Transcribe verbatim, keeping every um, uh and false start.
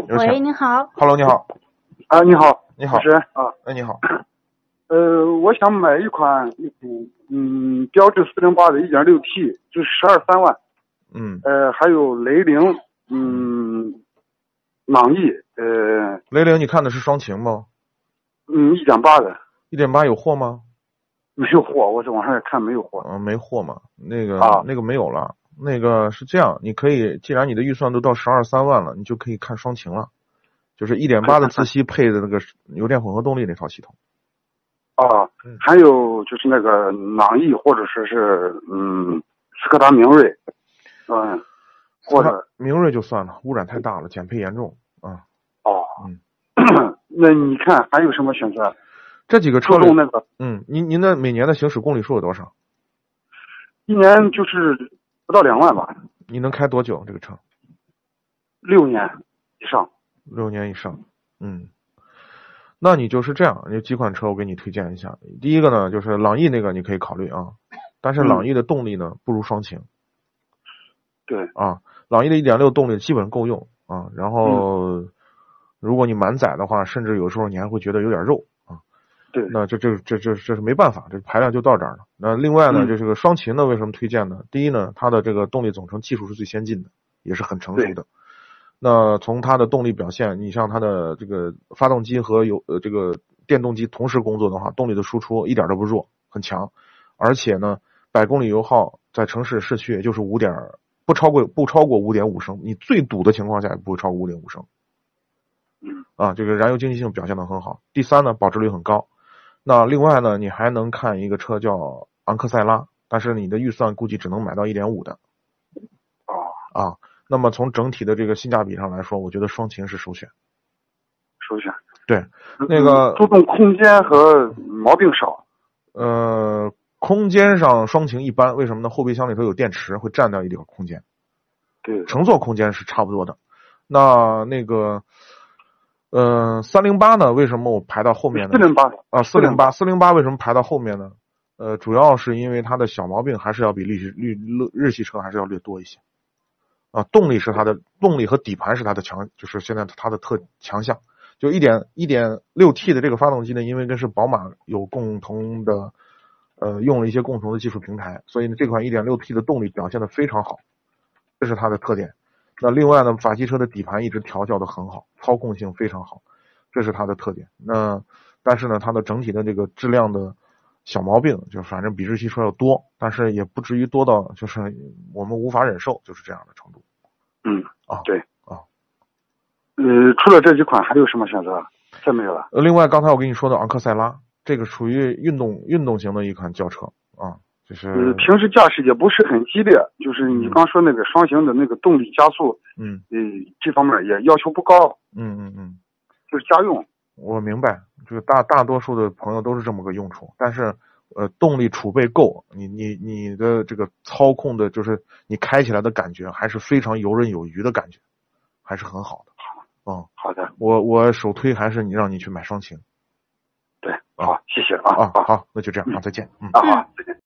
喂，你好。 Hello， 你好。 啊，你好， 你好。 主持人啊。 哎，你好。 呃，我想买一款嗯嗯标致四零八的 一点六 T， 就十二三万。 嗯。 呃，还有雷凌，嗯，朗逸，呃。 雷凌，你看的是双擎吗？ 嗯，一点八的。 一点八有货吗？ 没有货，我在网上看没有货。 嗯，没货嘛，那个、 啊、 那个没有了。那个是这样，你可以，既然你的预算都到十二三万了，你就可以看双擎了，就是一点八的自吸配的那个油电混合动力那套系统。 啊， 嗯、 还有就是那个朗逸或者说是嗯斯柯达明锐，嗯，或者明锐就算了，污染太大了，减配严重啊。 哦， 嗯， 那你看还有什么选择？ 这几个车里， 那个， 嗯，您您的每年的行驶公里数有多少？ 一年就是不到两万吧。 你能开多久这个车？ 六年以上。 六年以上，嗯。那你就是这样，有几款车我给你推荐一下。第一个呢，就是朗逸那个你可以考虑啊，但是朗逸的动力呢、嗯、不如双擎。 对啊，朗逸的 一点六 动力基本够用啊，然后、嗯、如果你满载的话，甚至有时候你还会觉得有点肉啊。 对， 那这这这这这是没办法，这排量就到这儿了。那另外呢， 嗯、 这是个双擎呢，为什么推荐呢？第一呢，它的这个动力总成技术是最先进的，也是很成熟的。那从它的动力表现，你像它的这个发动机和有呃这个电动机同时工作的话，动力的输出一点都不弱，很强。而且呢，百公里油耗在城市市区也就是五点不超过不超过五点五升，你最堵的情况下也不会超过五点五升。 嗯啊，这个燃油经济性表现得很好。第三呢，保值率很高。那另外呢，你还能看一个车叫昂克赛拉，但是你的预算估计只能买到 一点五 的。 哦啊。那么从整体的这个性价比上来说，我觉得双擎是首选。 首选。 对，那个注重空间和毛病少。 呃，空间上双擎一般，为什么呢？后备箱里头有电池，会占掉一点空间。 对。 乘坐空间是差不多的。那那个呃三零八呢？为什么我排到后面呢？ 四零八啊，四零八，四零八为什么排到后面呢？呃，主要是因为它的小毛病还是要比日系日日系车还是要略多一些。啊，动力是它的动力和底盘是它的强，就是现在它的特强项。就一点一点六 T 的这个发动机呢，因为跟是宝马有共同的，呃，用了一些共同的技术平台，所以呢，这款 一点六 T 的动力表现的非常好，这是它的特点。那另外呢，法系车的底盘一直调教的很好，操控性非常好，这是它的特点。那但是呢，它的整体的这个质量的小毛病，就反正比日系车要多，但是也不至于多到就是我们无法忍受，就是这样的程度。 嗯啊， 对啊， 呃，除了这几款还有什么选择？再没有了。 呃，另外刚才我跟你说的昂克赛拉，这个属于运动运动型的一款轿车啊，就是呃，平时驾驶也不是很激烈，就是你刚说那个双擎的那个动力加速， 嗯， 呃，这方面也要求不高。 嗯嗯嗯， 就是家用。 我明白，这个大大多数的朋友都是这么个用处，但是呃，动力储备够，你你你的这个操控的，就是你开起来的感觉还是非常游刃有余的感觉，还是很好的。嗯， 好的， 我我首推还是你让你去买双擎。 对，好，谢谢啊啊，好，那就这样啊，再见。嗯啊，好，再见。